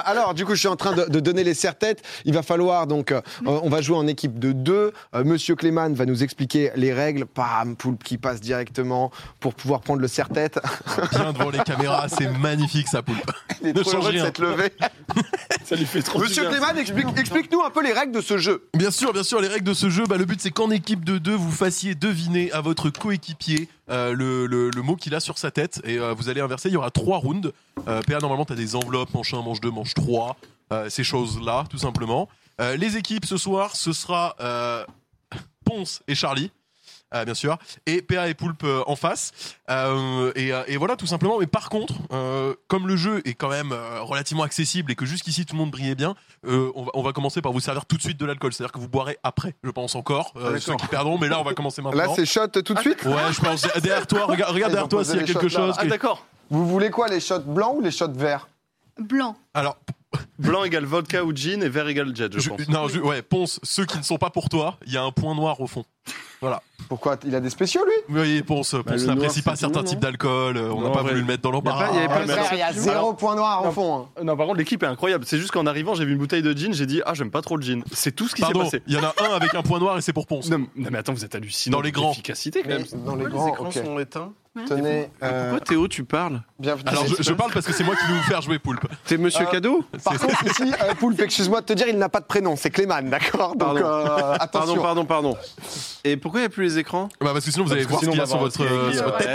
Alors, du coup, je suis en train de donner les serre-têtes. Il va falloir, donc, on va jouer en équipe de 2. Monsieur Clément va nous expliquer les règles. Pam, Poulpe qui passe directement pour pouvoir prendre le serre-tête. Bien devant les caméras, c'est magnifique ça, Poulpe. Il est Ne trop change heureux de rien. s'être levé. Ça lui fait trop Monsieur du bien. Clément, explique-nous un peu les règles de ce jeu. Bien sûr, les règles de ce jeu, le but c'est qu'en équipe de 2, vous fassiez deviner à votre coéquipier le mot qu'il a sur sa tête et vous allez inverser, il y aura 3 rounds. PA, normalement tu as des enveloppes, manche 1, manche 2, manche 3, ces choses-là tout simplement. Les équipes ce soir, ce sera Ponce et Charlie. Bien sûr, et PA et Poulpe en face, et voilà tout simplement. Mais par contre, comme le jeu est quand même relativement accessible et que jusqu'ici tout le monde brillait bien, on va commencer par vous servir tout de suite de l'alcool, c'est-à-dire que vous boirez après, je pense encore, ceux qui perdront, mais là on va commencer maintenant. Là, c'est shot tout de suite. Ouais, je pense. Derrière toi, regarde derrière toi s'il y a quelque chose. Ah d'accord. Vous voulez quoi, les shots blancs ou les shots verts? Blanc. Alors, Blanc égale vodka ou gin et vert égale jet, je pense. Ponce, ceux qui ne sont pas pour toi, il y a un point noir au fond. Voilà. Pourquoi? Il a des spéciaux, lui? Oui, Ponce le n'apprécie noir, pas c'est certains tout, types non d'alcool, on n'a Non, pas en vrai. voulu le mettre dans l'embarras. Il y avait pas le Frère, il y a Alors- 0 point noir au fond. hein. Non, par contre, l'équipe est incroyable. C'est juste qu'en arrivant, j'ai vu une bouteille de gin, j'ai dit ah j'aime pas trop le gin. C'est tout ce qui s'est Pardon, passé. il y en a un avec un point noir et c'est pour Ponce. Non, mais attends, vous êtes hallucinant. Dans les grands. Efficacité quand même. Dans les Pourquoi grands, les écrans ok. sont éteints? Tenez, Pourquoi Théo tu parles? bienvenue. Alors je parle parce que c'est moi qui vais vous faire jouer Poulpe. T'es Monsieur Cadeau? Par contre, ici, Poulpe, excuse-moi de te dire, il n'a pas de prénom, c'est Clément, d'accord? Donc, attention. Pardon. Et pourquoi il n'y a plus les écrans? Parce que sinon vous allez voir ce qu'il y a sur votre tête.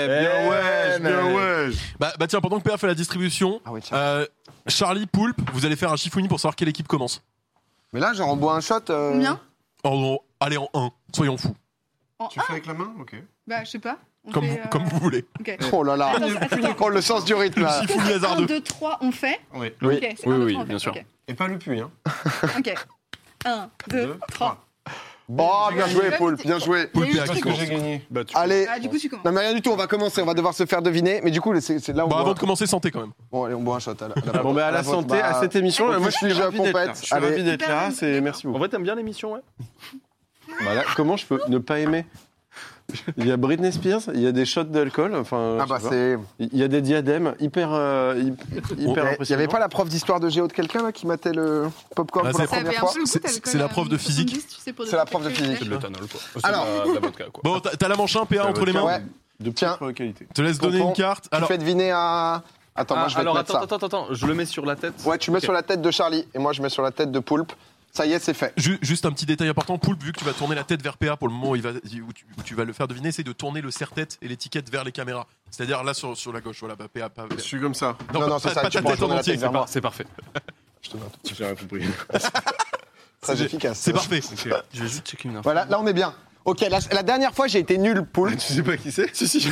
Bien ouais. Bah tiens, pendant que PA fait la distribution, Ah oui, tiens. Charlie, Poulpe, vous allez faire un chifouni pour savoir quelle équipe commence. Mais là, genre, on boit un shot. Combien? Allez en 1, soyons fous. En Tu fais avec la main? Ok. Bah, je sais pas. On Comme, fait, comme vous voulez. Ok. Oh là là. Attends. Oh, le sens du rythme, là. Chifouni 1, hasardeux. 2, 3, on fait. Oui. Oui. Ok, c'est Oui, 1, 2, oui, 3, on fait. bien sûr. Ok. Et pas le puits, hein. Ok. 1, 2, 3. Oh, bien joué, Poulpe, bien joué. Poulpe Il y et a eu Axel. le truc. J'ai gagné. Bah, tu- Allez. Ah, du coup, tu commences. Non, mais rien du tout, on va commencer, on va devoir se faire deviner. Mais du coup, c'est là où on Bon, boit. avant de commencer, santé quand même. Bon, allez, on boit un shot. Bon, bah, à la vôtre, santé, bah, à cette émission. en Moi, plus, je suis je ravi d'être là. compète. Je suis Allez. ravi d'être là. Super. Merci En beaucoup. vrai, t'aimes bien l'émission, ouais? Voilà, comment je peux ne pas aimer? Il y a Britney Spears, il y a des shots d'alcool, enfin. Ah je bah sais pas. c'est. Il y a des diadèmes hyper Il y avait pas la prof d'histoire de géo de quelqu'un là qui matait le popcorn Ah, pour la c'est- Ça avait première un fois peu le goût C'est- d'alcool, c'est la prof de physique. 70, tu sais, pour C'est la prof de physique. C'est de l'éthanol, quoi. C'est Alors. de la vodka, quoi. Bon, t'as la manche 1, PA entre les mains. Ouais. de Tiens. piètre qualité. Je te laisse donner Tonton, une carte. Tu Alors, fais deviner à. Attends, moi je vais alors te mettre ça. attends, je le mets sur la tête. Ouais, tu mets Ok. sur la tête de Charlie et moi je mets sur la tête de Poulpe. Ça y est, c'est fait. juste un petit détail important, Poulpe, vu que tu vas tourner la tête vers PA pour le moment où, où tu vas le faire deviner, c'est de tourner le serre-tête et l'étiquette vers les caméras. C'est-à-dire là sur la gauche, voilà, PA. Je suis comme ça. Non, c'est ça, pas tu ta pourras tête en tourner la entier. tête vers moi. C'est parfait. Je te mets un tout. J'ai rien compris. Très C'est- efficace. C'est parfait. Je vais juste checker une info. Voilà, là on est bien. Ok, la dernière fois j'ai été nul, Poulpe. Tu sais pas qui c'est? Si.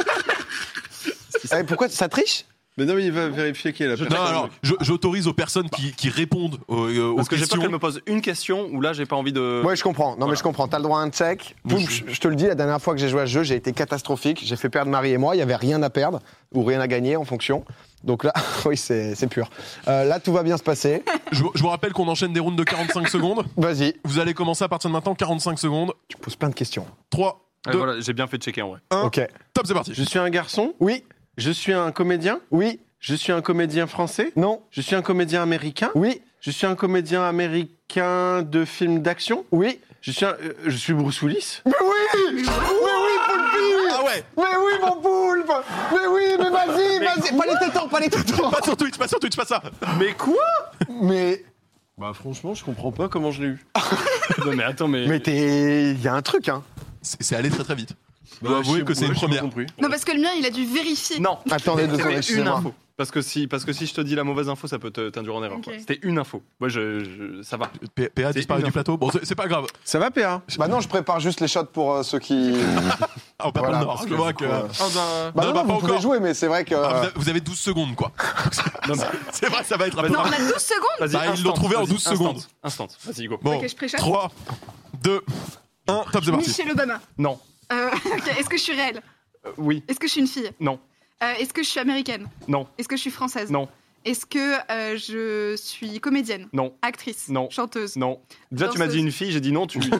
Pourquoi ça triche? Mais non, mais il va vérifier qui est la personne. Non, alors, j'autorise aux personnes qui répondent aux Parce que j'ai peur questions. qu'elle me pose une question où là j'ai pas envie de. Ouais, je comprends. Non, mais je comprends. T'as le droit à un check. Moi, Poulpe, je te le dis, la dernière fois que j'ai joué à ce jeu, j'ai été catastrophique. J'ai fait perdre Marie et moi. Il y avait rien à perdre ou rien à gagner en fonction. Donc là, oui, c'est pur. Là, tout va bien se passer. Je vous rappelle qu'on enchaîne des rounds de 45 secondes. Vas-y. Vous allez commencer à partir de maintenant, 45 secondes. Tu poses plein de questions. 3, Ouais, 2, voilà, j'ai bien fait checker en vrai. 1, Ok. top, c'est parti. Je suis un garçon. Oui. Je suis un comédien. Oui. Je suis un comédien français. Non. Je suis un comédien américain. Oui. Je suis un comédien américain de films d'action. Oui. Je suis Bruce Willis. Mais oui. Mais oui, Poulpe. Ah ouais. Mais oui, mon Poulpe. Mais oui, mais vas-y. Pas les tétons, pas les tétons. Pas sur Twitch, pas ça. Mais quoi? Mais Bah franchement, je comprends pas comment je l'ai eu. Non mais attends, mais. il y a un truc, hein. C'est allé très très vite. Je dois avouer que c'est une première. Non, parce que le mien, il a dû vérifier. Non. Attendez deux C'était secondes, une excusez-moi. info. Parce que si je te dis la mauvaise info, ça peut t'induire en erreur. Ok. quoi. C'était une info. Moi, ça va. PA disparaît une du info. plateau. Bon, c'est pas grave. Ça va, PA? Bah non, je prépare juste les shots pour ceux qui. Ah, on perd Voilà, pas le nord. parce Je que vois du que. coup, Bah Non, non, bah, vous pas pouvez encore. jouer, mais c'est vrai que. Vous avez 12 secondes, quoi. C'est vrai, ça va être Non, on a 12 secondes. Vas-y, Bah, ils instant, l'ont trouvé en vas-y, 12 secondes. Instant. Vas-y, go. Bon, Ok, je préchauffe. 3, 2, 1, top, c'est parti. Michelle Obama. Non. Ok, est-ce que je suis réelle? Oui. Est-ce que je suis une fille? Non. Est-ce que je suis américaine? Non. Est-ce que je suis française? Non. Est-ce que je suis comédienne? Non. Actrice? Non. Chanteuse? Non. Déjà, tu m'as dit une fille, j'ai dit non, tu.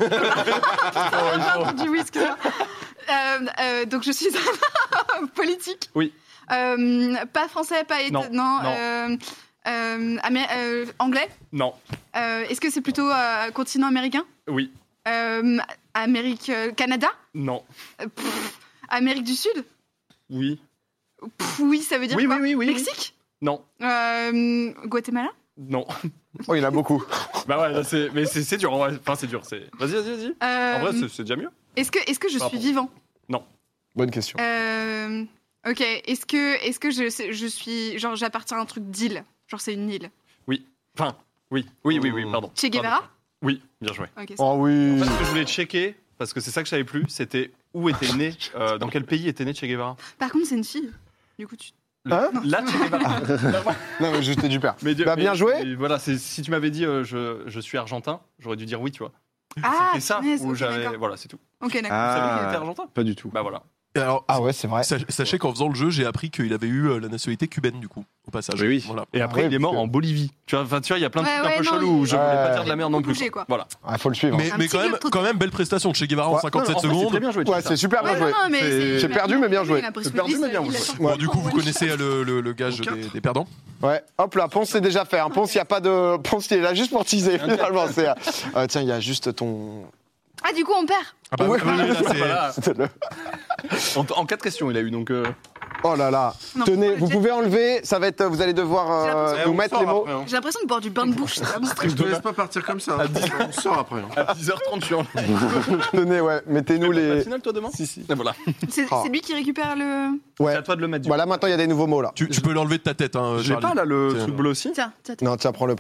Pardon, du whisky. Donc je suis politique. Oui. Pas français, pas Non. Non. Anglais. Non. Est-ce que c'est plutôt continent américain? Oui. Canada? Non. Amérique du Sud? Oui. Oui, ça veut dire Oui, quoi? oui. Mexique? Non. Guatemala? Non. Oh, il y en a beaucoup. Bah ouais, là, c'est dur. En vrai. Enfin, c'est dur. Vas-y. En vrai, c'est déjà mieux. Est-ce que je suis vivant? Bonne question. Ok. Est-ce que je suis genre j'appartiens à un truc d'île? Genre c'est une île. Oui, pardon. Che Guevara? Oui, bien joué. Ok. Oh oui. En fait, ce que je voulais checker, parce que c'est ça que je savais plus, c'était où était né, dans quel pays était né Che Guevara. Par contre c'est une fille. Du coup tu. Hein Là, Che Guevara. Non, mais j'étais du père. Bien Mais joué. voilà, si tu m'avais dit je suis argentin, j'aurais dû dire oui, tu vois. Ah, C'était ça punaise, où ok, j'avais. d'accord. Voilà, c'est tout. Ok, d'accord. Vous savez qu'il Ah, était argentin pas du tout. Bah voilà. Alors, Ah ouais, c'est vrai. sachez qu'en faisant le jeu, j'ai appris qu'il avait eu la nationalité cubaine, du coup, au passage. Oui. Voilà. Et après, Ah ouais, il est mort parce que- en Bolivie. Tu vois, il y a plein de Ouais, trucs un peu non, chelous où je voulais Ouais. pas dire de la merde non plus. Bougé, quoi. Voilà. Ah, faut le suivre. Mais, Un mais petit quand, gars même, trop- quand même, belle prestation de Che Guevara en Ouais. 57 Non, en vrai, c'est secondes. très bien joué. Ouais, c'est super bien Ouais, joué. non, mais C'est- J'ai perdu, mais bien joué. J'ai perdu, mais bien joué. Bon, du coup, vous connaissez le gage des perdants. Ouais, hop là, Ponce c'est déjà fait. Hein. Ponce, il y a pas de. Ponce, il est là juste pour teaser finalement. Tiens, il y a juste ton. Ah du coup on perd. Ah bah, Ouais. oui, là, c'est- Voilà. C'était le- En 4 questions, il a eu donc. Oh là là. Non, Tenez, faut vous le pouvez enlever. Ça va être. Vous allez devoir J'ai l'impression nous mettre les mots. J'ai l'impression de boire du bain de bouche. C'est vraiment Je stressant. te laisse pas partir comme ça. On sort après. hein. À 10h30, je suis en Tenez, ouais. Mettez-nous les. finale, toi, demain Si. Et voilà. C'est lui qui récupère le. Ouais. C'est à toi de le mettre. Voilà, maintenant il y a des nouveaux mots là. Tu peux l'enlever de ta tête, hein, J'ai Charlie. pas là le Tiens. truc bleu aussi. Tiens. Non, tiens, prends-le.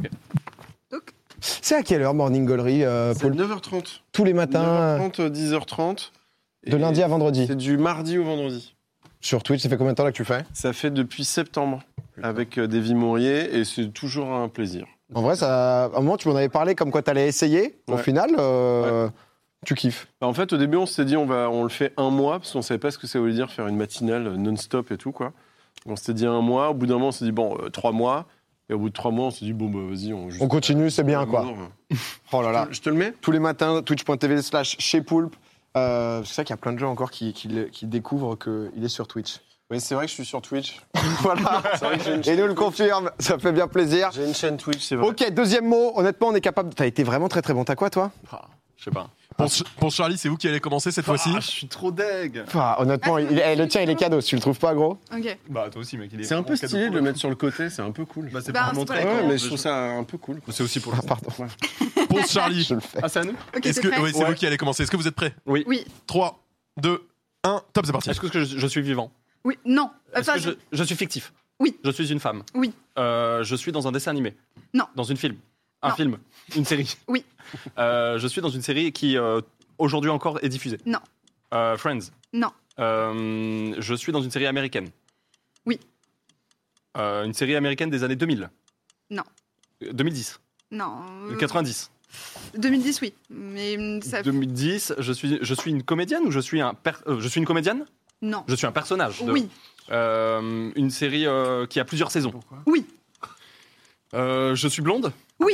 Donc. C'est à quelle heure Morning Gallery, C'est Paul 9h30. Tous les matins, 9h30, 10h30. de lundi à vendredi. C'est du mardi au vendredi. Sur Twitch, ça fait combien de temps là que tu fais? Ça fait depuis septembre avec Davy Mourier et c'est toujours un plaisir. En vrai, à un moment, tu m'en avais parlé comme quoi t'allais essayer. Au Ouais. final, tu kiffes. Bah, en fait, au début, on s'était dit on le fait un mois parce qu'on savait pas ce que ça voulait dire faire une matinale non-stop et tout quoi. On s'était dit un mois. Au bout d'un moment, on s'est dit 3 mois. Et au bout de 3 mois, on s'est dit bon bah vas-y, On continue, c'est bien quoi. Oh là là. Je te le mets. Tous les matins, twitch.tv/chez Poulpe. C'est ça qu'il y a plein de gens encore qui découvrent qu'il est sur Twitch. Oui, c'est vrai que je suis sur Twitch. Voilà. C'est vrai que j'ai une Et nous le confirme, ça fait bien plaisir. J'ai une chaîne Twitch, c'est vrai. Ok, deuxième mot. Honnêtement, on est capable. T'as été vraiment très très bon. T'as quoi toi? Je sais pas. Pour Charlie, c'est vous qui allez commencer cette fois-ci. Je suis trop deg. Enfin, honnêtement, le tien il est cadeau. Si tu le trouves pas gros. Ok. Bah, toi aussi, mec. C'est un peu stylé de le mettre sur le côté, c'est un peu cool. Bah, c'est Bah, pour c'est montrer. pas la Ouais, con. mais je trouve ça un peu cool. C'est aussi pour le. Ah, pardon. Ponce Charlie. Je le fais. Ah, c'est à nous Ok. Est-ce T'es que prêt? c'est vous qui allez commencer? Est-ce que vous êtes prêts? Oui. Oui. 3, 2, 1, top, c'est parti. Est-ce que je suis vivant Oui. Non. Est-ce Enfin, que je suis fictif Oui. Je suis une femme Oui. Je suis dans un dessin animé Non. Dans une film Un Non. film Une série Oui. Je suis dans une série qui, aujourd'hui encore, est diffusée Non. Friends Non. Je suis dans une série américaine Oui. Une série américaine des années 2000 Non. 2010 Non. 90 2010, oui. Mais ça. 2010, je suis une comédienne ou je suis une comédienne Non. Je suis un personnage Oui. Une série qui a plusieurs saisons Oui. Je suis blonde Oui.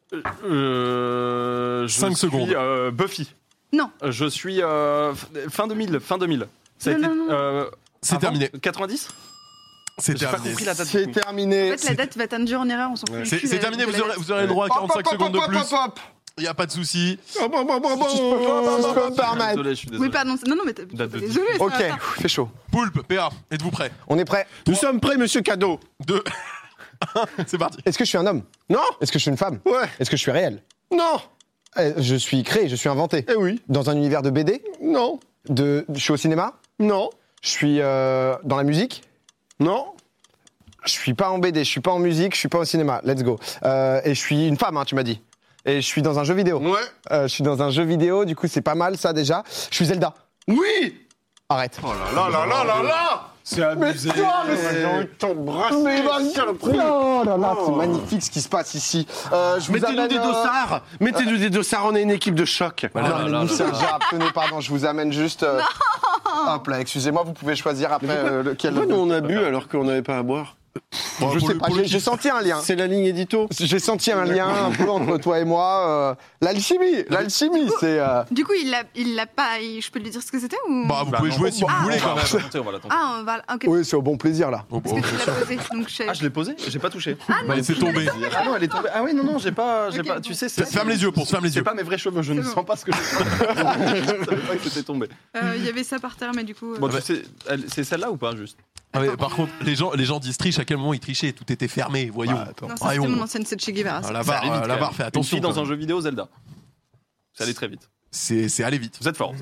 5 secondes. Buffy. Non. Je suis fin 2000. Ça a Non, été, non, non. C'est avant terminé. 90. C'est J'ai pas terminé. compris la date. C'est du coup. En terminé. fait, la date va t'induire en erreur, on s'en fout. C'est terminé, vous aurez le droit à 45 secondes de plus. Il n'y a pas de souci. Je peux me permettre. Désolé, je suis désolé. Oui, pardon. Non, mais t'es Date de désolé. ça Ok, va pas. fait chaud. Poulpe, PA, êtes-vous prêts? On est prêt. Nous sommes prêts, monsieur Cadeau. 2, 1, c'est parti. Est-ce que je suis un homme? Non. Est-ce que je suis une femme? Ouais. Est-ce que je suis réel? Non. Je suis créé, je suis inventé. Eh oui. Dans un univers de BD? Non. Je suis au cinéma? Non. Je suis dans la musique? Non. Je suis pas en BD, je suis pas en musique, je suis pas au cinéma. Let's go. Et je suis une femme, hein, tu m'as dit. Et je suis dans un jeu vidéo. Ouais. Je suis dans un jeu vidéo, du coup c'est pas mal ça déjà. Je suis Zelda. Oui. Arrête. Oh là là là là là. C'est abusé. J'ai envie de t'embrasser. Oh là là, c'est magnifique ce qui se passe ici. Je vous Mettez-nous amène, des dossards. Mettez-nous des dossards. On est une équipe de choc. Non, mais nous, c'est déjà tenez, pardon, je vous amène juste. Hop là, excusez-moi, vous pouvez choisir après lequel. Pourquoi nous on a bu alors qu'on n'avait pas à boire? Bon, Je pour sais le- pas, pour le j'ai kiff. senti un lien. C'est la ligne édito. J'ai senti un lien un peu entre toi et moi. L'alchimie, c'est. Du coup, il l'a pas. Je peux lui dire ce que c'était ou Bah, vous Bah, pouvez non. jouer si vous Ah. voulez On quand va même. la tenter, on va la tenter. Ah, voilà. Ok. Oui, c'est au bon plaisir là. Oh, Parce bon, que tu bien l'as sûr. posé. Donc je... Ah, je l'ai posé J'ai pas touché. Bah, c'est tombé. Ah non, elle est tombée. Ah oui, non, j'ai pas. Ok, Tu bon. sais, Ferme les yeux, Ponce, ferme les C'est yeux. pas mes vrais cheveux, je ne C'est bon. sens pas ce que je sens. Je savais pas que c'était tombé. Il y avait ça par terre, mais du coup. Bon, tu sais, c'est celle-là ou pas, juste Ah ouais, par contre, les gens disent triche, à quel moment ils trichaient, tout était fermé, voyons. Bah, attends. Non, ça c'était voyons. mon ancienne set Che Guevara. Ah, ça. la Ça allait vite, barre, quand même. fait Une attention. fille dans quand un même. jeu vidéo Zelda. Ça allait très vite. C'est aller vite. Vous êtes fort.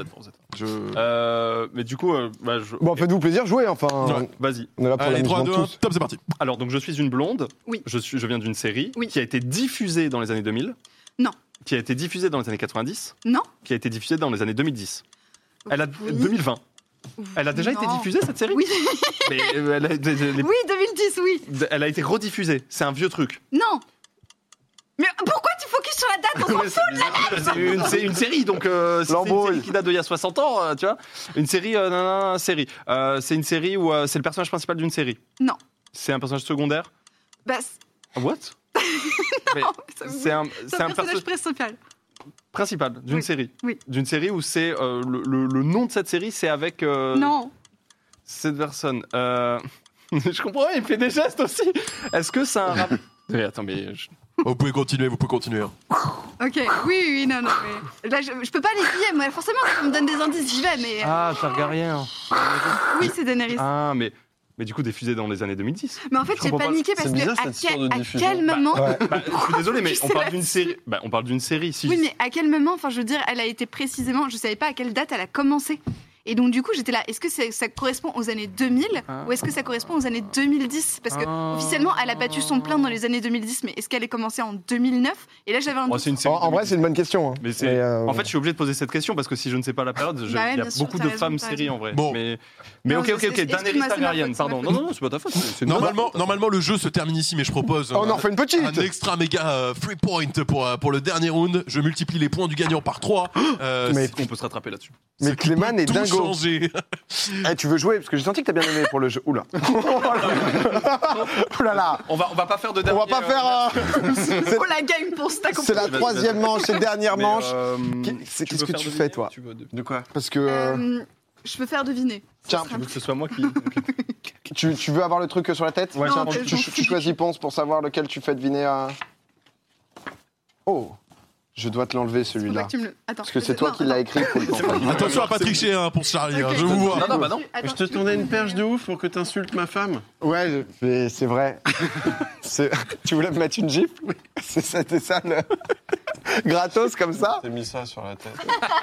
Mais du coup, Bon, faites-vous plaisir, jouez enfin. Ouais. vas-y. On est là pour Allez, l'amusement 3, de 2, 1, tous. top, c'est parti. Alors, donc, je suis une blonde. Oui. Je viens d'une série Oui. qui a été diffusée dans les années 2000. Non. Qui a été diffusée dans les années 90. Non. Qui a été diffusée dans les années 2010. Elle a Oui. 2020. Elle a déjà été Non. diffusée, cette série Oui. Mais elle a, Oui, 2010, oui. elle a été rediffusée. C'est un vieux truc. Non. Mais pourquoi tu focuses sur la date? On s'en fout. C'est une série, donc si c'est une L'embrouille. série qui date d'il y a 60 ans, tu vois. Une série, série. C'est une série où c'est le personnage principal d'une série. Non. C'est un personnage secondaire. Bah, What Mais c'est un c'est un personnage principal. principal d'une Oui. série. Oui. D'une série où c'est le nom de cette série, c'est avec Non. cette personne. Je comprends, il fait des gestes aussi. Est-ce que c'est un rap... Oui, attends, mais Vous pouvez continuer, vous pouvez continuer. Ok. Oui, non. Mais... Là, je peux pas les lier. Moi, forcément, si on me donne des indices, j'y vais. Mais Targaryen. oui, c'est Daenerys. Ah, mais du coup diffusé dans les années 2010. Mais en fait, Je j'ai comprends pas. paniqué parce C'est que bizarre, à cette histoire de à diffusion. quel moment Ouais. Bah, je suis désolé, mais Je on sais parle là- d'une série. Bah, on parle d'une série. Si Oui, mais à quel moment? Enfin, je veux dire, elle a été précisément. Je savais pas à quelle date elle a commencé. Et donc, du coup, j'étais là. Est-ce que ça correspond aux années 2000 ou est-ce que ça correspond aux années 2010? Parce que officiellement, elle a battu son plein dans les années 2010, mais est-ce qu'elle est commencée en 2009? Et là, j'avais un Oh, doute. c'est une série. En vrai, c'est une bonne question. Hein. Mais c'est- Mais, En fait, je suis obligé de poser cette question parce que si je ne sais pas la période, il Bah ouais, y a bien sûr, beaucoup t'as de raison, femmes t'as séries raison. en vrai. Bon. Mais Non, ok, je- Daenerys excuse-moi, c'est ma Targaryen, faute, pardon. c'est ma Non, c'est pas ta faute. c'est Normalement, le jeu se termine ici, mais je propose on en refait une petite. un extra méga free point pour le dernier round. Je multiplie les points du gagnant par 3. Mais- On peut se rattraper là-dessus. Mais Clément est tout dingo. changer. Eh, tu veux jouer? Parce que j'ai senti que t'as bien aimé pour le jeu. Oula. Oula là. On va pas faire de On dernier. va pas faire. Oh la game pour ça. C'est la troisième manche, c'est la dernière manche. Qu'est-ce Qu'est-ce que tu fais, toi? De quoi? Parce que Je peux faire deviner. tiens, Tu veux que ce soit moi qui. tu veux avoir le truc sur la tête? Ouais, Tiens, non, tu choisis Ponce pour savoir lequel tu fais deviner à. Oh, je dois te l'enlever C'est pour ça celui-là. que tu me le. Attends. Parce que c'est toi qui l'as écrit. Faut le comprendre. Attention à pas tricher hein, pour Charlie, hein, Ok. je vous vois. Non, bah non. Attends, Je te tendais une perche de ouf pour que t'insultes ma femme. Ouais, mais c'est vrai. Tu voulais me mettre une gifle? C'était ça le. Gratos comme ça? T'as mis ça sur la tête.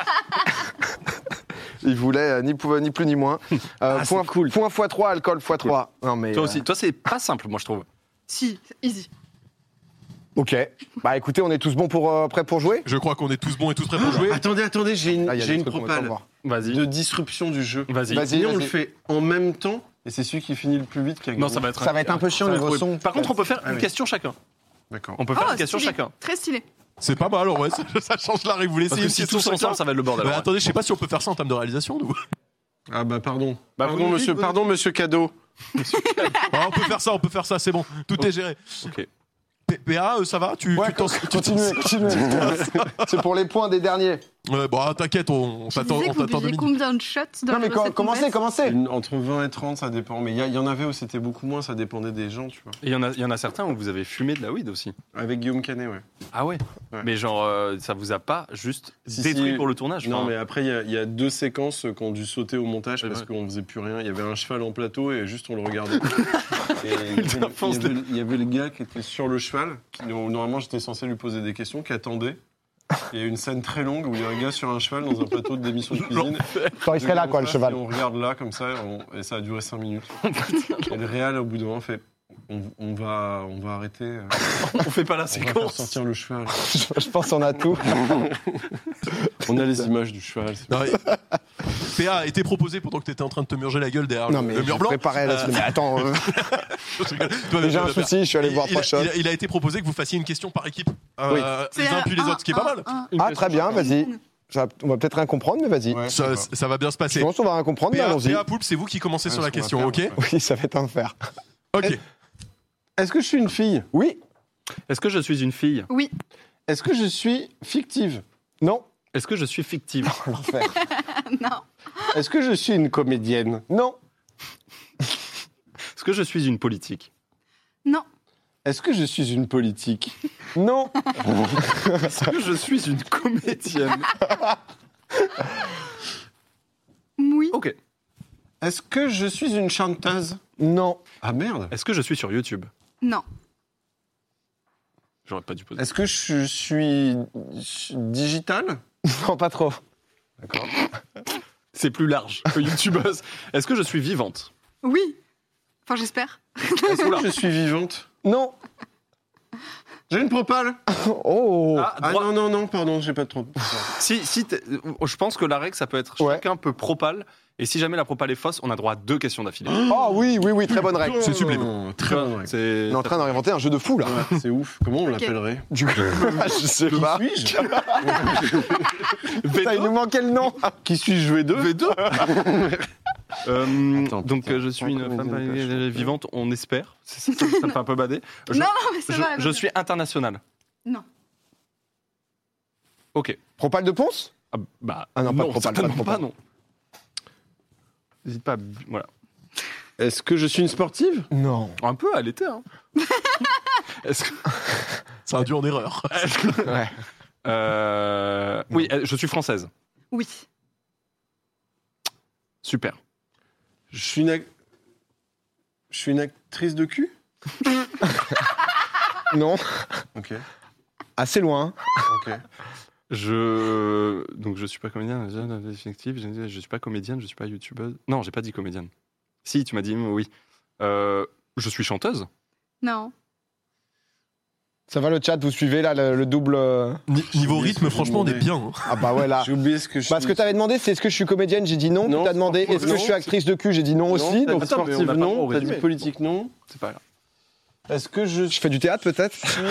Il voulait ni plus ni moins. Point x3, alcool x3. Non mais. Toi aussi. Toi, c'est pas simple, moi, je trouve. Si, easy. Ok. Bah écoutez, on est tous bons prêts pour jouer? Je crois qu'on est tous bons et tous prêts pour jouer. Attendez, j'ai une, Ah, il y a j'ai des une trucs qu'on va pas propale voir. Vas-y. de disruption du jeu. Vas-y. Vas-y. Et on le fait en même temps, et c'est celui qui finit le plus vite qui a Non, gagné. ça va être. Ça va être un peu chiant ça va niveau être- son. Par contre, on peut faire Ah une oui. question chacun. D'accord. On peut faire Oh, une question stylé. chacun. Très stylé. C'est pas mal, ouais, ça change la règle. Vous laissez Parce une que si question tous ensemble, chacun ça va être le bordel. Bah, attendez, je sais pas si on peut faire ça en termes de réalisation, nous. Ah bah pardon. Bah, pardon, vous monsieur, dites, pardon, monsieur Cadeau. Ah, on peut faire ça, c'est bon. Tout est géré. Ok. PA, ça va Ouais, tu t'en- continuez. C'est pour les points des derniers. Ouais, bon, t'inquiète, on Tu t'attend disais que vous 2 buviez minutes. combien de shots dans Non la mais recette commencez. Entre 20 et 30, ça dépend. Mais il y en avait où c'était beaucoup moins, ça dépendait des gens, tu vois. Et il y en a certains où vous avez fumé de la weed aussi. Avec Guillaume Canet, ouais. Ah ouais, Ouais. Mais genre, ça vous a pas juste Si, détruit si. pour le tournage Non, enfin, mais après, il y a 2 séquences qui ont dû sauter au montage Ouais, parce ouais. qu'on faisait plus rien. Il y avait un cheval en plateau et juste on le regardait. Et Putain, il y avait le gars qui était sur le cheval, qui, normalement j'étais censé lui poser des questions, qui attendait. Il y a une scène très longue où il y a un gars sur un cheval dans un plateau d'émission de cuisine. Quand il serait là, quoi, le cheval. Et on regarde là, comme ça, et ça a duré 5 minutes. Et le réal, au bout d'un moment, fait on va arrêter. on fait pas la On va faire séquence. sortir le cheval. Je pense qu'on a tout. On a les images du cheval. c'est Non, PA a été proposé pendant que t'étais en train de te murger la gueule derrière Non le mais mur je blanc. préparais la semaine. Mais attends, Je rigole. Toi, j'ai tu vas un le faire. souci, je suis allé voir Il- 3 shots. il a été proposé que vous fassiez une question par équipe. Oui. Les uns puis les autres, ce qui est pas mal. Ah très bien, vas-y. On va peut-être rien comprendre, mais vas-y. Ouais, Ça va bien se Je passer. pense qu'on va rien comprendre, mais allons-y. PA Poulpe, c'est vous qui commencez sur la ce qu'on va question, faire, ok ouais. Oui, ça va être un fer. Ok. Est-ce que je suis une fille? Oui. Est-ce que je suis une fille? Oui. Est-ce que je suis fictive? Non. Est-ce que je suis fictive? L'enfer. Non. Est-ce que je suis une comédienne? Non. Est-ce que je suis une politique? Non. Est-ce que je suis une politique? Non. Est-ce que je suis une comédienne? Oui. Ok. Est-ce que je suis une chanteuse? Non. Ah merde. Est-ce que je suis sur YouTube? Non. J'aurais pas dû poser. Est-ce que je suis digitale? Non, pas trop. D'accord. C'est plus large que youtubeuse. Est-ce que je suis vivante? Oui. Enfin, j'espère. Est-ce que je suis vivante? Non. J'ai une propale? Oh. Ah non, pardon, j'ai pas trop. Si, je pense que la règle, ça peut être Ouais. chacun peut propale. Et si jamais la propale est fausse, on a droit à 2 questions d'affilée. Oh oui, très bonne règle. C'est sublime. Très bonne règle. C'est On est en train d'inventer un jeu de fou là. Ouais, c'est ouf. Comment on l'appellerait? Du coup, je sais pas. Qui suis-je? Putain, il nous manquait le nom. Qui suis-je V2? Attends, donc putain, je suis une encore femme une deuxième vivante, on espère. Ça me fait un peu bader. Non, non, mais ça va. Je suis international. Non. Ok. Propal de Ponce? Ah, bah, Ah non, pas de propale, certainement pas de propale. pas, non. N'hésite pas. Voilà. Est-ce que je suis une sportive? Non. Un peu, elle était. Hein. Est-ce que... C'est un dieu en erreur. Ouais. Oui, je suis française. Oui. Super. Je suis une actrice de cul? Non. Ok. Assez loin. Ok. Donc je suis pas comédienne, effective, je suis pas comédienne, je suis pas youtubeuse. Non, j'ai pas dit comédienne. Si, tu m'as dit oui. Je suis chanteuse. Non. Ça va le chat, vous suivez là le double. Niveau oublié rythme, ce que franchement, on je est bien. hein. Ah bah ouais là. J'ai oublié ce que je suis. Parce que t'avais demandé c'est est-ce que je suis comédienne, j'ai dit non. Non, Tu t'as demandé franchement, est-ce que non. je suis actrice de cul, j'ai dit non Non, aussi. t'as Donc dit Attends, mais on sportive, n'a pas non. encore T'as dit résumé. politique, non. C'est pas grave. Est-ce que je je fais du théâtre peut-être. suis.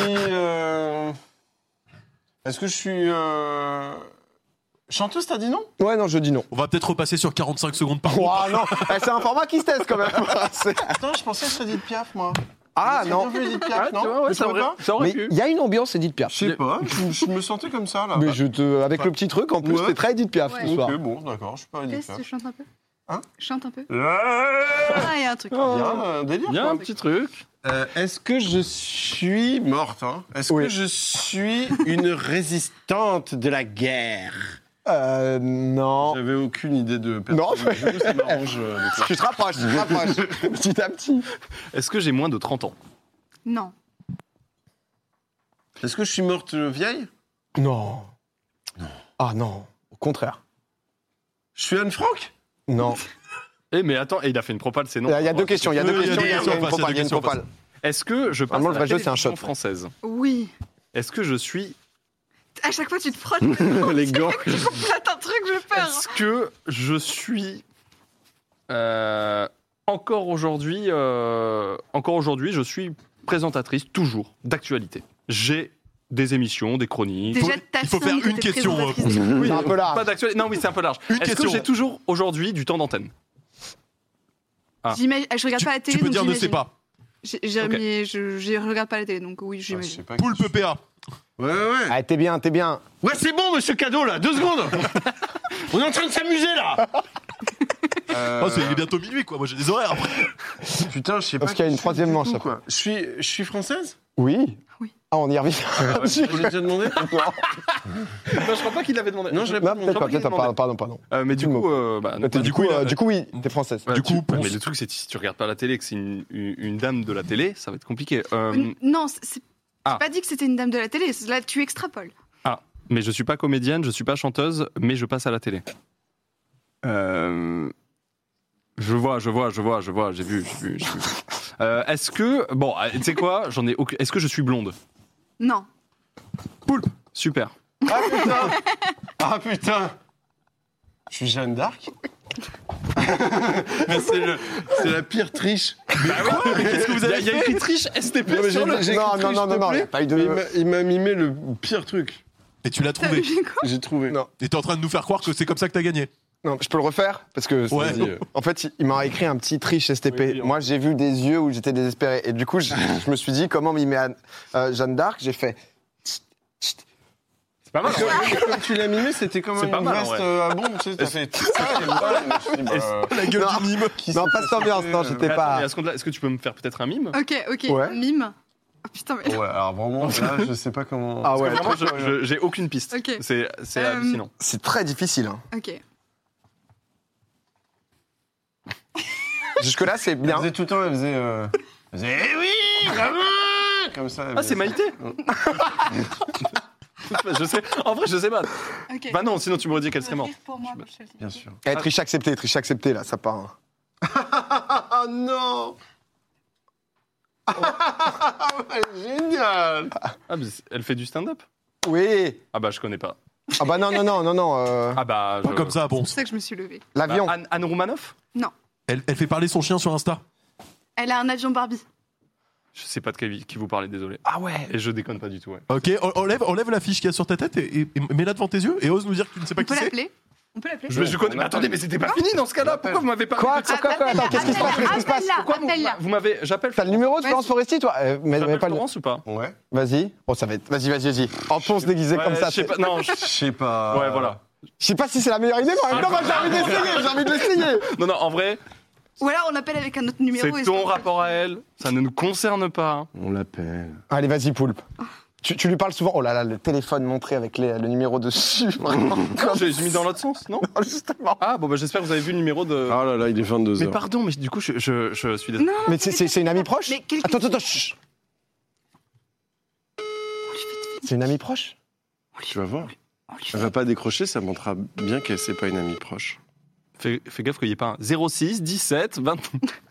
Est-ce que je suis. Chanteuse, t'as dit non? Ouais non je dis non. On va peut-être repasser sur 45 secondes par mois. Oh non, c'est un format qui se teste quand même. Attends, je pensais que c'était Edith Piaf, moi. Ah J'ai non. bien vu Edith Piaf, Ah, non? tu vois, ouais, Tu ça trouves aurait, pas ça aurait Mais pu. il y a une ambiance Edith Piaf. Je sais pas, je me sentais comme ça là. Mais avec le petit truc en plus, Ouais. c'est très Edith Piaf Ouais. ce soir. Ok, bon, d'accord, je suis pas Edith Qu'est-ce que Piaf. tu chantes un peu? Hein? Chante un peu. Il Ah, il y a un truc. y a un délire, Il y a quoi. un petit truc. Est-ce que je suis morte, hein? Est-ce Oui. que je suis une résistante de la guerre? Non. J'avais aucune idée de personne. Non, mais- Du coup, ça m'arrange. Tu te rapproches, petit à petit. Est-ce que j'ai moins de 30 ans? Non. Est-ce que je suis morte vieille? Non. Ah non, au contraire. Je suis Anne Frank? Non. Eh mais attends, il a fait une propale, c'est Il non. y a deux questions, il y a deux Oui, il y a questions, des il y a questions une en face, propale, il y a une questions en face. propale. Est-ce que je passe Normalement, à le la vrai jeu, c'est un télévision shot. française? Oui. Est-ce que je suis... À chaque fois, tu te frottes. Les gants. Tu complètes un truc, j'ai peur. Est-ce que je suis... encore aujourd'hui, je suis présentatrice, toujours, d'actualité. J'ai des émissions, des chroniques... Déjà, il faut faire une question, C'est un peu large. Pas d'actualité. Non, oui, c'est un peu large. Une Est-ce que question. j'ai toujours aujourd'hui du temps d'antenne? Je regarde pas la télé. Tu peux donc dire ne j'imagine. sais pas. Je regarde pas la télé, donc oui, Ah, je j'imagine. sais pas. Poulpe PA. Ouais, ouais. Ah, t'es bien, t'es bien. Ouais, c'est bon, monsieur Cadeau, là. 2 secondes. On est en train de s'amuser, là. Oh, il est bientôt minuit, quoi. Moi, j'ai des horaires après. Putain, je sais pas. Parce qu'il y a qui une je suis troisième du manche, tout, après. quoi. Je suis française? Oui. Oui. Ah, on y revient. Je vous l'ai déjà demandé? Non, je crois pas qu'il l'avait demandé. Non, je l'ai Non, pas peut-être pas, peut-être pas, pardon. Mais du Tu coup, bah, non. Du coup, oui, t'es française. Ouais, Du coup, mais Ponce. le truc, c'est que si tu regardes pas la télé, que c'est une dame de la télé, ça va être compliqué. Non, c'est Ah. j'ai pas dit que c'était une dame de la télé. Là, tu extrapoles. Mais je suis pas comédienne, je suis pas chanteuse, mais je passe à la télé. Je vois, j'ai vu. Est-ce que, bon, tu sais quoi, est-ce que je suis blonde? Non. Poulpe, super. Ah, putain. Ah, putain. Je suis Jeanne d'Arc? Mais c'est la pire triche. Qu'est-ce que vous avez Il y a écrit triche STP Non, mais sur le... j'ai Non, écrit non, triche, non, s'il te non, plaît. y a pas eu de- Il m'a mimé le pire truc. Et tu l'as T'as trouvé. vu quoi? J'ai trouvé. Non. Et t'es en train de nous faire croire que c'est comme ça que t'as gagné. Non, je peux le refaire parce que Ouais. en fait, il m'a écrit un petit triche STP. Oui, Moi, j'ai vu des yeux où j'étais désespéré et du coup, je me suis dit comment mimer Jeanne d'Arc. J'ai fait. C'est pas mal. Parce que, comme tu l'as mimé, c'était comme C'est une pas mal, vaste ouais. bon, tu sais, t'as fait ça, et voilà, je me suis dit, bah, La gueule Non. du mime. Non, pas cette ambiance. Non, j'étais Mais pas. attends, mais à ce compte-là, est-ce que tu peux me faire peut-être un mime? Ok, Ouais. mime. Oh putain, mais. ouais, alors vraiment, là, je sais pas comment... Ah ouais. Vraiment, j'ai aucune piste. Ok. C'est hallucinant. C'est très difficile. Hein. Ok. Jusque là, c'est Elle bien. faisait tout le temps, elle faisait eh oui, vraiment comme ça. elle Ah, c'est faisait Maïté. Je sais. En vrai, je sais pas. Ok. Bah non, sinon tu m'aurais dit qu'elle serait morte. Pour moi, quand je te le dis. ça. Bien sûr. Eh, triche accepté là, ça part. Hein. Ah non. Génial. Ah, mais elle fait du stand-up? Oui. Ah bah je connais pas. Ah bah non. Ah bah. Pas comme ça, bon. C'est pour ça que je me suis levée. L'avion. Anne Roumanoff? Elle fait parler son chien sur Insta. Elle a un avion Barbie. Je sais pas de qui vous parlez, désolé. Ah ouais. Et je déconne pas du tout, ouais. Ok, enlève la fiche qu'il y a sur ta tête et mets-la devant tes yeux et ose nous dire que tu ne sais pas On peut qui c'est. l'appeler. On peut l'appeler. Je connais. Mais attendez, mais c'était pas fini dans ce cas-là. Pourquoi vous m'avez pas Quoi appelé Attends, qu'est-ce qui se passe Qu'est-ce qui se passe Pourquoi vous m'avez. J'appelle. T'as le numéro de Florence Foresti, toi mais J'appelle pas le. Florence ou pas? Ouais. Vas-y. Oh, ça va être. Vas-y. En ponce déguisé Ouais, comme ça. je sais pas. Non, Je sais pas. ouais, voilà. Je sais pas si c'est la meilleure idée, mais en même temps, moi, j'ai envie de l'essayer. Non, en vrai, Ou alors on appelle avec un autre numéro. c'est et ton ça- rapport à elle. Ça ne nous concerne pas. On l'appelle. Allez, vas-y, Poulpe. Tu lui parles souvent. Oh là là, le téléphone montré avec le numéro dessus. Vraiment. J'ai mis dans l'autre sens, non? Justement. Ah, bon, bah j'espère que vous avez vu le numéro de. Oh là là, il est 22h. Mais pardon, mais du coup, je suis désolé. Non, Mais c'est une amie proche Mais quelqu'un- Attends, chut. C'est une amie proche Tu vas voir. on lui fait- Elle va pas décrocher, ça montrera bien qu'elle c'est pas une amie proche. Fais gaffe qu'il n'y ait pas un 06 17 20.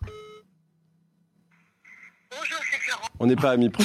On n'est pas amis proches.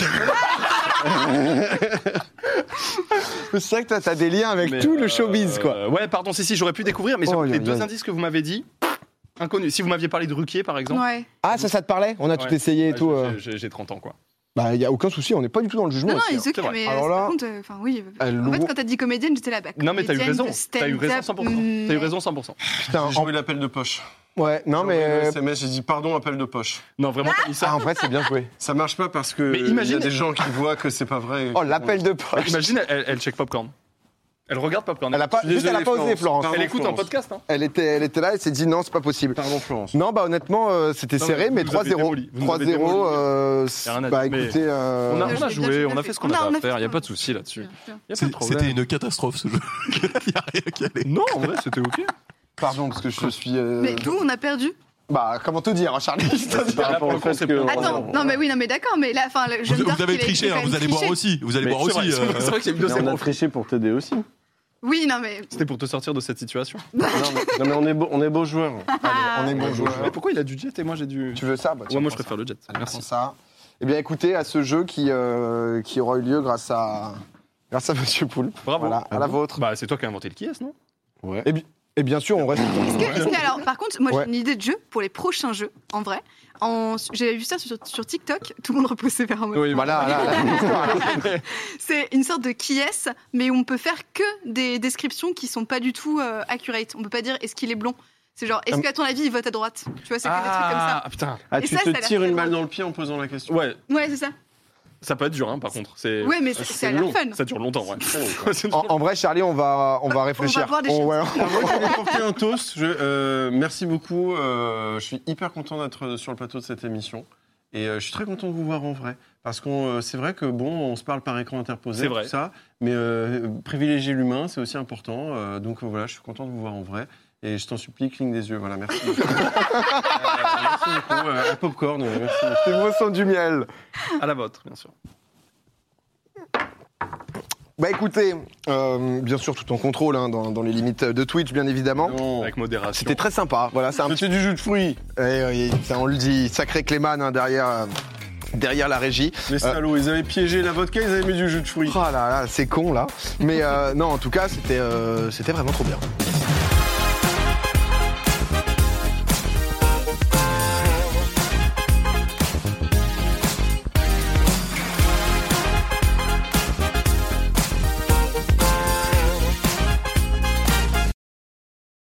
C'est vrai que t'as des liens avec Mais, tout le showbiz, quoi. Ouais, pardon, si, j'aurais pu découvrir, mais sur Oh, les aïe, deux aïe. indices que vous m'avez dit, inconnus. Si vous m'aviez parlé de Ruquier, par exemple. Ouais. Ah, ça te parlait On a tout Ouais. essayé et Ouais, tout. J'ai 30 ans, quoi. Bah, y a aucun souci, on n'est pas du tout dans le jugement. Non, aussi, non, hein. c'est ok, c'est vrai. mais Alors là- par contre, enfin oui. Elle En fait, l'ouvre- quand t'as dit comédienne, j'étais là. Bah, Non, mais t'as eu comédienne raison. de T'as eu raison stand-up, 100%. T'as eu raison 100%. Putain, J'ai envoyé l'appel de poche. Ouais, non, J'ai envoyé le mais. SMS, j'ai dit pardon, appel de poche. Non, vraiment, t'as mis ça. Ah, en vrai, c'est bien joué. Ça marche pas parce que Mais il y imagine- a des gens qui voient que c'est pas vrai. Oh, l'appel de poche. Imagine, elle check Popcorn. Elle regarde Popcorn. Elle a pas, Je suis juste, elle a désolé, pas osé, Florence. Pardon, Elle écoute en Florence. podcast, hein. Elle était là, elle s'est dit non, c'est pas possible. Pardon, Florence. Non, bah honnêtement, c'était Non, serré, mais mais vous nous avez 3-0. démoli. Vous nous avez 3-0, Y a rien à bah dire, mais écoutez. On a bien joué, joué, on a fait ce qu'on avait à faire, y a pas de souci là-dessus. Y a pas de problème. C'était une catastrophe ce jeu. Il y a rien qui allait. Non, en vrai, c'était ok. Pardon, parce que je suis. Mais d'où on a perdu Bah, comment te dire, hein, Charlie Par rapport au fait que. Attends, non mais oui, non mais d'accord, mais là, enfin, le jeune Vous Dark, avez il a- triché, il a hein, quand vous même allez boire triché. aussi. Vous allez Mais boire c'est aussi. C'est vrai qu'il y a eu Mais on a 2-0. triché pour t'aider aussi. Oui, non mais. C'était pour te sortir de cette situation. Non, mais on est beaux joueurs. On est bon joueur. Mais pourquoi il a du jet et moi j'ai du. Tu veux ça bah, tiens, Ouais, moi je prends préfère le jet. ça. Allez, Merci. prends ça. Eh bien, écoutez, à ce jeu qui aura eu lieu grâce à Monsieur Poulpe. Bravo. Voilà, à la vôtre. Bah, c'est toi qui as inventé le qui est, non? Ouais. Et bien sûr, on reste. Est-ce que, alors, par contre, moi Ouais. j'ai une idée de jeu pour les prochains jeux, en vrai. J'avais vu ça sur TikTok, tout le monde repose ses verres en mode. Oui, Voilà, là. C'est une sorte de qui est, mais où on peut faire que des descriptions qui sont pas du tout accurate. On peut pas dire est-ce qu'il est blond. C'est genre est-ce qu'à ton avis il vote à droite. Tu vois, c'est que des trucs comme ça. Ah putain. Ah, Et tu ça, te ça a l'air tires très une balle drôle. dans le pied en posant la question. Ouais, Ouais, c'est ça. ça peut être dur, hein, par contre. C'est. Ouais, mais ça a l'air long. fun. Ça dure longtemps, ouais. En vrai, Charlie, on va réfléchir. boire des Oh, ouais. Ah, moi, je vais porter un toast. Merci beaucoup. Je suis hyper content d'être sur le plateau de cette émission. Et je suis très content de vous voir en vrai. Parce que c'est vrai que, bon, on se parle par écran interposé, C'est vrai. tout ça. Mais privilégier l'humain, c'est aussi important. Donc voilà, je suis content de vous voir en vrai. Et je t'en supplie, cligne des yeux. Voilà, merci beaucoup. Merci beaucoup. À Popcorn, merci beaucoup. Les mots sont du miel. À la vôtre, bien sûr. Bah écoutez, bien sûr, tout en contrôle, hein, dans les limites de Twitch, bien évidemment. Non. Avec modération. C'était très sympa. Voilà, c'est un petit. C'est du jus de fruits. Oui, ça, on le dit, sacré Clément hein, derrière la régie. Les salauds, ils avaient piégé la vodka, ils avaient mis du jus de fruits. Oh là là, c'est con là. Mais non, en tout cas, c'était vraiment trop bien.